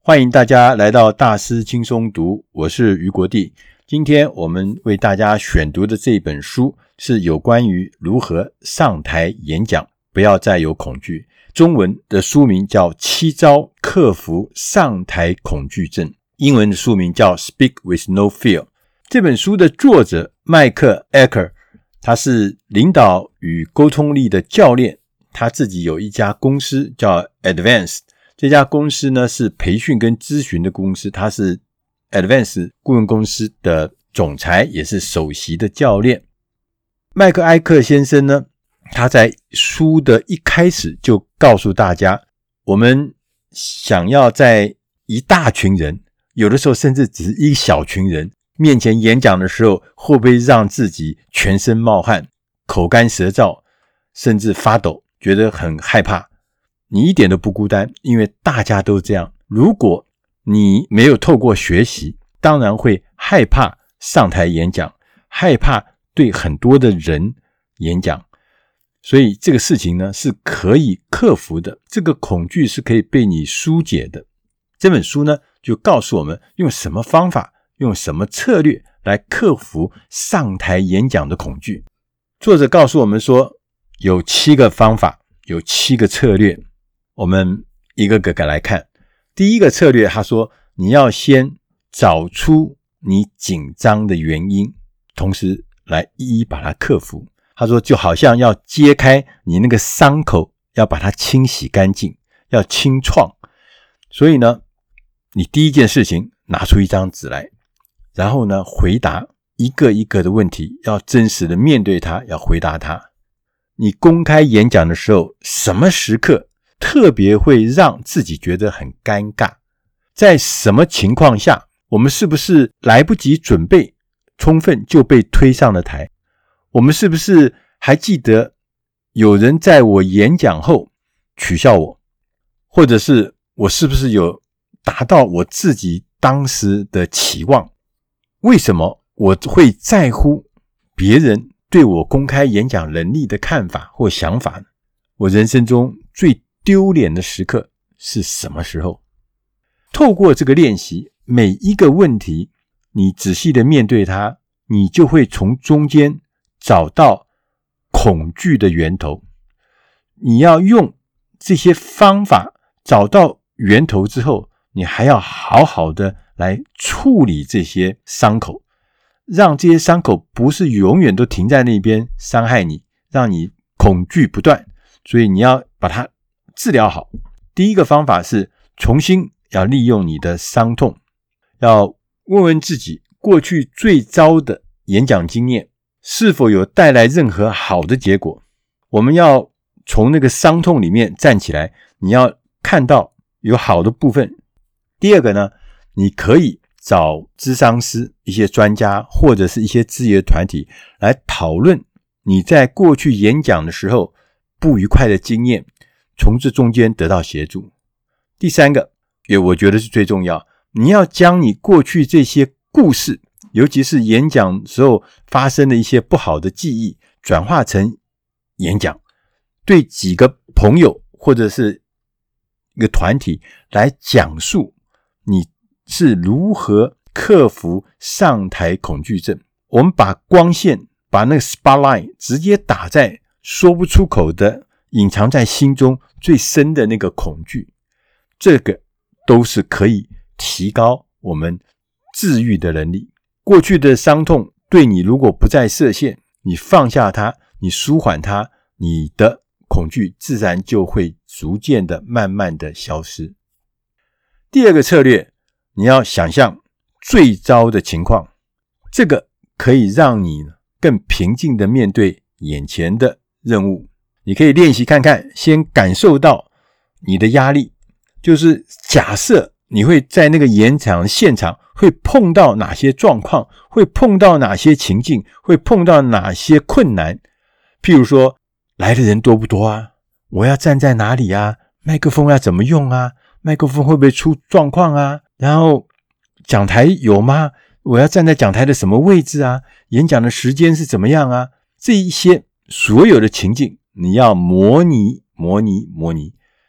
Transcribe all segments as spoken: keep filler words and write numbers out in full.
欢迎大家来到大师轻松读，我是余国弟。今天我们为大家选读的这本书是有关于如何上台演讲，不要再有恐惧。中文的书名叫《七招克服上台恐惧症》，英文的书名叫 Speak with no fear。 这本书的作者麦克艾克，他是领导与沟通力的教练，他自己有一家公司叫 Advance，这家公司呢是培训跟咨询的公司，他是 Advance 顾问公司的总裁，也是首席的教练。麦克艾克先生呢，他在书的一开始就告诉大家，我们想要在一大群人，有的时候甚至只是一小群人面前演讲的时候，会不会让自己全身冒汗、口干舌燥，甚至发抖，觉得很害怕。你一点都不孤单，因为大家都这样。如果你没有透过学习，当然会害怕上台演讲，害怕对很多的人演讲。所以这个事情呢是可以克服的，这个恐惧是可以被你疏解的。这本书呢就告诉我们用什么方法，用什么策略来克服上台演讲的恐惧。作者告诉我们说，有七个方法，有七个策略，我们一个个个来看。第一个策略，他说你要先找出你紧张的原因，同时来一一把它克服。他说就好像要揭开你那个伤口，要把它清洗干净，要清创。所以呢，你第一件事情拿出一张纸来，然后呢回答一个一个的问题，要真实的面对它，要回答它。你公开演讲的时候，什么时刻特别会让自己觉得很尴尬？在什么情况下，我们是不是来不及准备充分就被推上了台？我们是不是还记得有人在我演讲后取笑我？或者是我是不是有达到我自己当时的期望？为什么我会在乎别人对我公开演讲能力的看法或想法呢？我人生中最丢脸的时刻是什么时候？透过这个练习，每一个问题你仔细的面对它，你就会从中间找到恐惧的源头。你要用这些方法找到源头之后，你还要好好的来处理这些伤口，让这些伤口不是永远都停在那边伤害你，让你恐惧不断。所以你要把它治疗好。第一个方法是重新要利用你的伤痛，要问问自己过去最糟的演讲经验是否有带来任何好的结果。我们要从那个伤痛里面站起来，你要看到有好的部分。第二个呢，你可以找諮商师、一些专家或者是一些志业团体来讨论你在过去演讲的时候不愉快的经验，从这中间得到协助。第三个，也我觉得是最重要，你要将你过去这些故事，尤其是演讲时候发生的一些不好的记忆，转化成演讲，对几个朋友或者是一个团体来讲述你是如何克服上台恐惧症。我们把光线，把那个 spotlight 直接打在说不出口的，隐藏在心中最深的那个恐惧，这个都是可以提高我们治愈的能力。过去的伤痛对你如果不再设限，你放下它，你舒缓它，你的恐惧自然就会逐渐的慢慢的消失。第二个策略，你要想象最糟的情况，这个可以让你更平静的面对眼前的任务。你可以练习看看，先感受到你的压力，就是假设你会在那个演讲现场会碰到哪些状况，会碰到哪些情境，会碰到哪些困难。譬如说，来的人多不多啊？我要站在哪里啊？麦克风要怎么用啊？麦克风会不会出状况啊？然后讲台有吗？我要站在讲台的什么位置啊？演讲的时间是怎么样啊？这一些所有的情境你要模拟模拟模拟，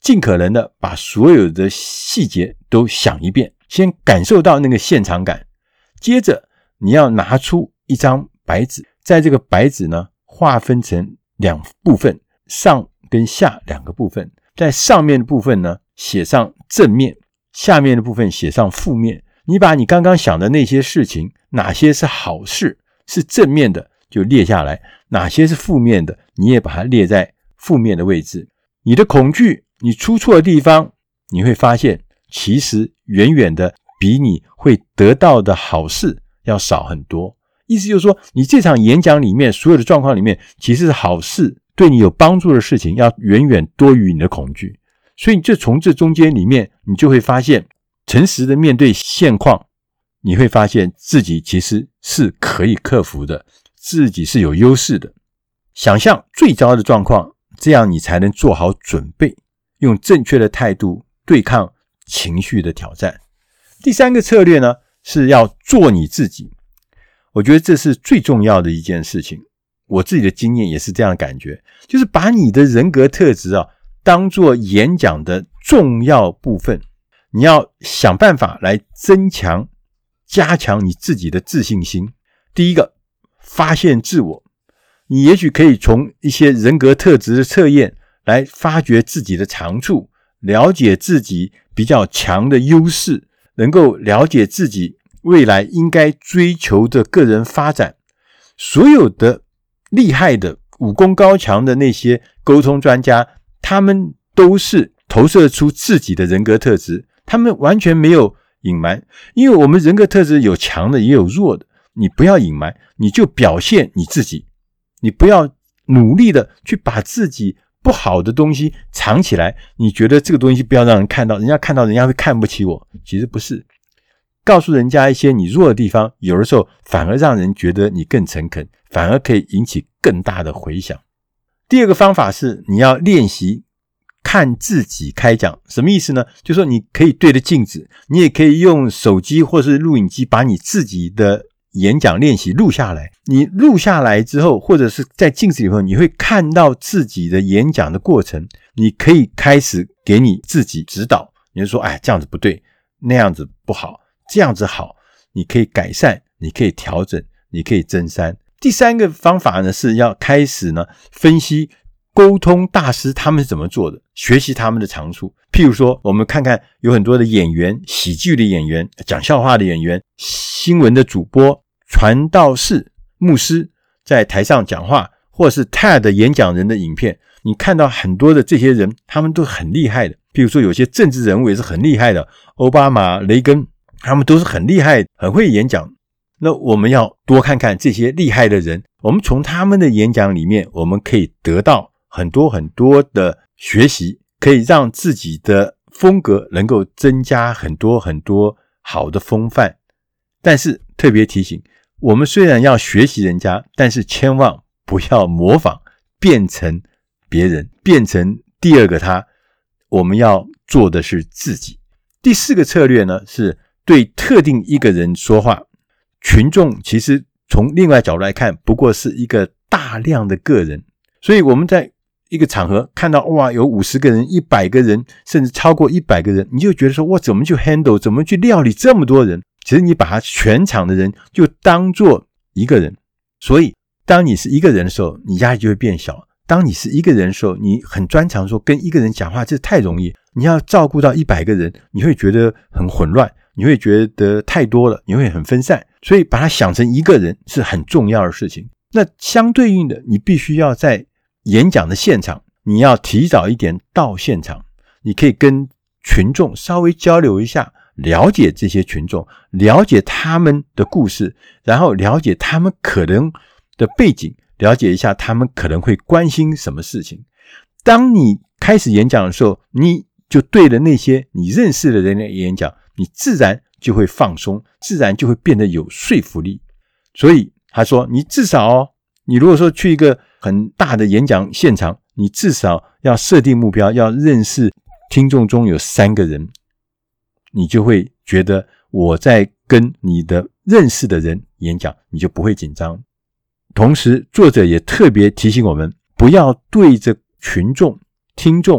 尽可能的把所有的细节都想一遍，先感受到那个现场感。接着你要拿出一张白纸，在这个白纸呢划分成两部分，上跟下两个部分。在上面的部分呢写上正面，下面的部分写上负面。你把你刚刚想的那些事情，哪些是好事，是正面的就列下来，哪些是负面的，你也把它列在负面的位置。你的恐惧，你出错的地方，你会发现其实远远的比你会得到的好事要少很多。意思就是说，你这场演讲里面所有的状况里面，其实是好事，对你有帮助的事情要远远多于你的恐惧。所以这从这中间里面，你就会发现诚实的面对现况，你会发现自己其实是可以克服的，自己是有优势的。想象最糟的状况，这样你才能做好准备，用正确的态度对抗情绪的挑战。第三个策略呢，是要做你自己。我觉得这是最重要的一件事情，我自己的经验也是这样的感觉，就是把你的人格特质啊当作演讲的重要部分，你要想办法来增强加强你自己的自信心。第一个，发现自我，你也许可以从一些人格特质的测验来发掘自己的长处，了解自己比较强的优势，能够了解自己未来应该追求的个人发展。所有的厉害的武功高强的那些沟通专家，他们都是投射出自己的人格特质，他们完全没有隐瞒。因为我们人格特质有强的也有弱的，你不要隐瞒，你就表现你自己，你不要努力的去把自己不好的东西藏起来，你觉得这个东西不要让人看到，人家看到人家会看不起我。其实不是，告诉人家一些你弱的地方，有的时候反而让人觉得你更诚恳，反而可以引起更大的回响。第二个方法是你要练习看自己开讲。什么意思呢？就是说你可以对着镜子，你也可以用手机或是录影机把你自己的演讲练习录下来。你录下来之后，或者是在镜子里头，你会看到自己的演讲的过程，你可以开始给你自己指导。你就说，哎，这样子不对，那样子不好，这样子好，你可以改善，你可以调整，你可以增删。第三个方法呢，是要开始呢分析沟通大师他们是怎么做的，学习他们的长处。譬如说，我们看看有很多的演员，喜剧的演员，讲笑话的演员，新闻的主播，传道士、牧师在台上讲话，或是 T E D 演讲人的影片，你看到很多的这些人，他们都很厉害的。譬如说有些政治人物也是很厉害的，奥巴马、雷根，他们都是很厉害，很会演讲。那我们要多看看这些厉害的人，我们从他们的演讲里面，我们可以得到很多很多的学习，可以让自己的风格能够增加很多很多好的风范。但是特别提醒，我们虽然要学习人家，但是千万不要模仿，变成别人，变成第二个他。我们要做的是自己。第四个策略呢，是对特定一个人说话。群众其实从另外角度来看，不过是一个大量的个人，所以我们在一个场合看到哇有五十个人、一百个人，甚至超过一百个人，你就觉得说哇怎么去 handle， 怎么去料理这么多人。其实你把他全场的人就当作一个人，所以当你是一个人的时候，你压力就会变小。当你是一个人的时候，你很专长说跟一个人讲话，这太容易。你要照顾到一百个人，你会觉得很混乱，你会觉得太多了，你会很分散。所以把它想成一个人是很重要的事情。那相对应的，你必须要在演讲的现场，你要提早一点到现场，你可以跟群众稍微交流一下，了解这些群众，了解他们的故事，然后了解他们可能的背景，了解一下他们可能会关心什么事情。当你开始演讲的时候，你就对着那些你认识的人的演讲，你自然就会放松，自然就会变得有说服力。所以他说，你至少哦，你如果说去一个很大的演讲现场，你至少要设定目标，要认识听众中有三个人，你就会觉得我在跟你的认识的人演讲，你就不会紧张。同时作者也特别提醒我们，不要对着群众听众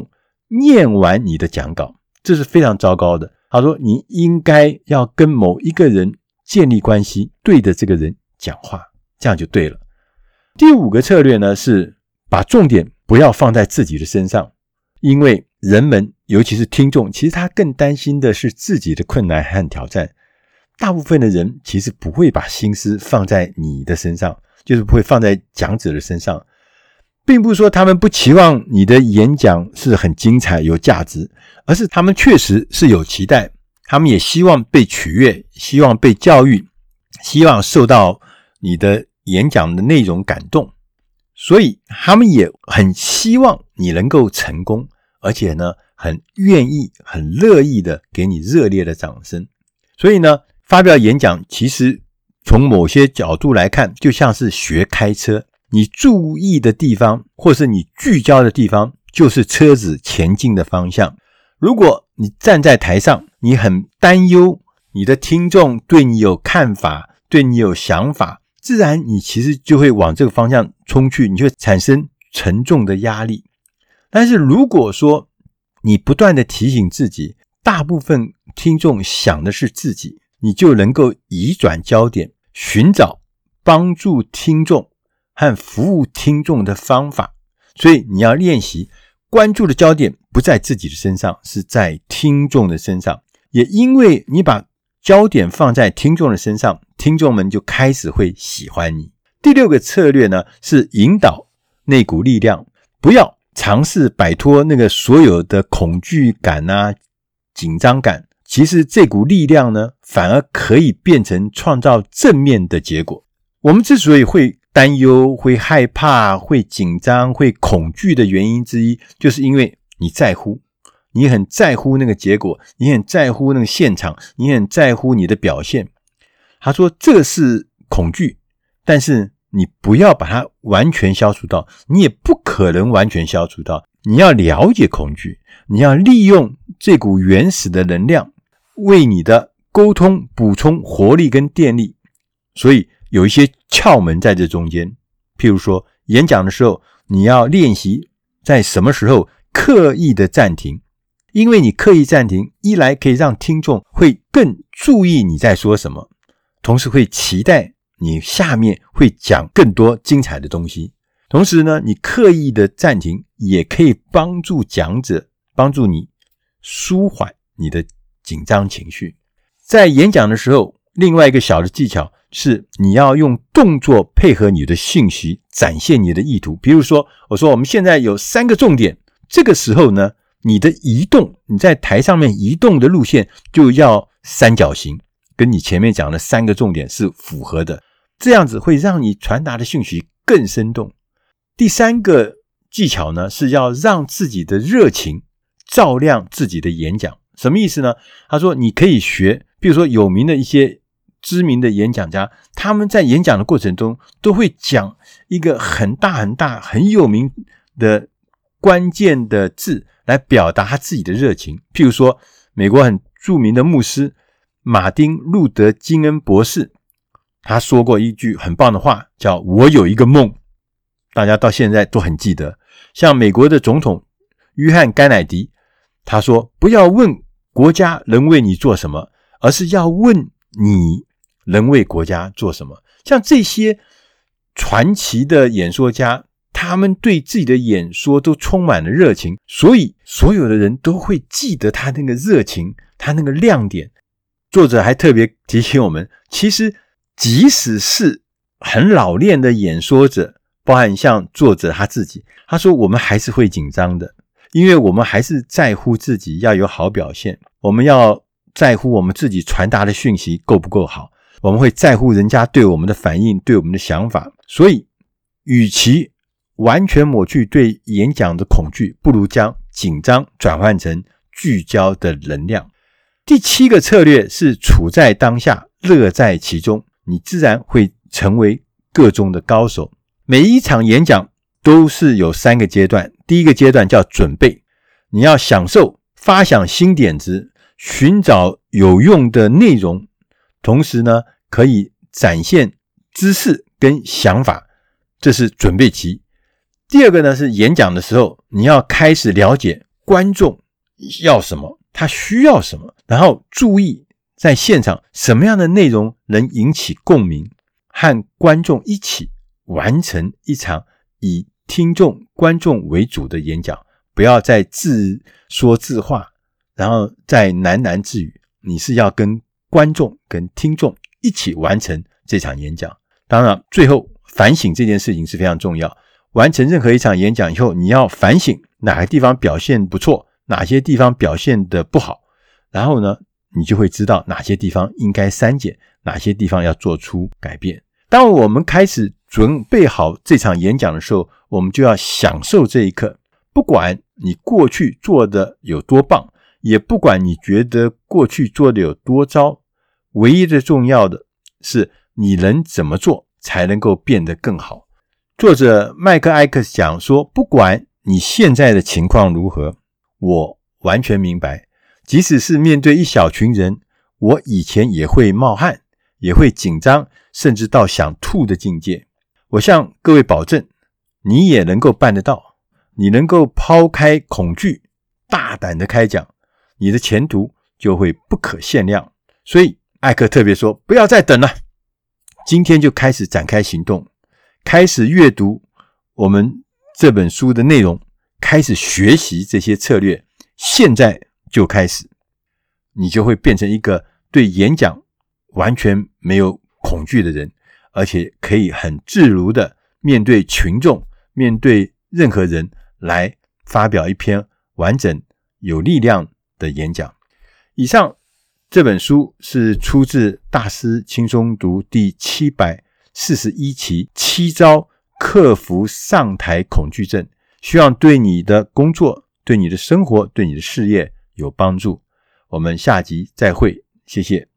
念完你的讲稿，这是非常糟糕的。他说你应该要跟某一个人建立关系，对着这个人讲话，这样就对了。第五个策略呢，是把重点不要放在自己的身上，因为人们尤其是听众，其实他更担心的是自己的困难和挑战。大部分的人其实不会把心思放在你的身上，就是不会放在讲者的身上，并不是说他们不期望你的演讲是很精彩有价值，而是他们确实是有期待，他们也希望被取悦，希望被教育，希望受到你的演讲的内容感动，所以他们也很希望你能够成功，而且呢很愿意很乐意的给你热烈的掌声。所以呢发表演讲其实从某些角度来看就像是学开车，你注意的地方或是你聚焦的地方就是车子前进的方向。如果你站在台上，你很担忧你的听众对你有看法，对你有想法，自然你其实就会往这个方向冲去，你就会产生沉重的压力。但是如果说你不断的提醒自己，大部分听众想的是自己，你就能够移转焦点，寻找帮助听众和服务听众的方法。所以你要练习关注的焦点不在自己的身上，是在听众的身上。也因为你把焦点放在听众的身上，听众们就开始会喜欢你。第六个策略呢，是引导那股力量，不要尝试摆脱那个所有的恐惧感啊、紧张感。其实这股力量呢，反而可以变成创造正面的结果。我们之所以会担忧、会害怕、会紧张、会恐惧的原因之一，就是因为你在乎，你很在乎那个结果，你很在乎那个现场，你很在乎你的表现。他说这个是恐惧，但是你不要把它完全消除到，你也不可能完全消除到。你要了解恐惧，你要利用这股原始的能量为你的沟通补充活力跟电力。所以有一些窍门在这中间，譬如说演讲的时候，你要练习在什么时候刻意的暂停，因为你刻意暂停，一来可以让听众会更注意你在说什么，同时会期待你下面会讲更多精彩的东西。同时呢，你刻意的暂停也可以帮助讲者，帮助你舒缓你的紧张情绪。在演讲的时候，另外一个小的技巧是你要用动作配合你的信息，展现你的意图。比如说我说我们现在有三个重点，这个时候呢，你的移动，你在台上面移动的路线就要三角形，跟你前面讲的三个重点是符合的，这样子会让你传达的讯息更生动。第三个技巧呢，是要让自己的热情照亮自己的演讲。什么意思呢？他说你可以学，比如说有名的一些知名的演讲家，他们在演讲的过程中都会讲一个很大很大很有名的关键的字来表达他自己的热情。譬如说美国很著名的牧师马丁路德金恩博士，他说过一句很棒的话，叫我有一个梦，大家到现在都很记得。像美国的总统约翰甘乃迪，他说不要问国家能为你做什么，而是要问你能为国家做什么。像这些传奇的演说家，他们对自己的演说都充满了热情，所以所有的人都会记得他那个热情，他那个亮点。作者还特别提醒我们，其实即使是很老练的演说者，包含像作者他自己，他说我们还是会紧张的，因为我们还是在乎自己要有好表现，我们要在乎我们自己传达的讯息够不够好，我们会在乎人家对我们的反应，对我们的想法。所以与其完全抹去对演讲的恐惧，不如将紧张转换成聚焦的能量。第七个策略是处在当下，乐在其中，你自然会成为个中的高手。每一场演讲都是有三个阶段，第一个阶段叫准备，你要享受发想新点子，寻找有用的内容，同时呢可以展现知识跟想法，这是准备期。第二个呢是演讲的时候，你要开始了解观众要什么，他需要什么，然后注意在现场什么样的内容能引起共鸣，和观众一起完成一场以听众观众为主的演讲，不要再自说自话，然后再喃喃自语，你是要跟观众跟听众一起完成这场演讲。当然最后反省这件事情是非常重要，完成任何一场演讲以后，你要反省哪个地方表现不错，哪些地方表现得不好，然后呢你就会知道哪些地方应该删减，哪些地方要做出改变。当我们开始准备好这场演讲的时候，我们就要享受这一刻，不管你过去做的有多棒，也不管你觉得过去做的有多糟，唯一的重要的是你能怎么做才能够变得更好。作者麦克艾克斯讲说，不管你现在的情况如何，我完全明白，即使是面对一小群人，我以前也会冒汗，也会紧张，甚至到想吐的境界。我向各位保证，你也能够办得到，你能够抛开恐惧，大胆的开讲，你的前途就会不可限量。所以艾克特别说，不要再等了，今天就开始展开行动，开始阅读我们这本书的内容，开始学习这些策略，现在就开始，你就会变成一个对演讲完全没有恐惧的人，而且可以很自如的面对群众，面对任何人来发表一篇完整有力量的演讲。以上这本书是出自大师轻松读第七百四十一期，七招克服上台恐惧症，希望对你的工作，对你的生活，对你的事业有帮助。我们下集再会，谢谢。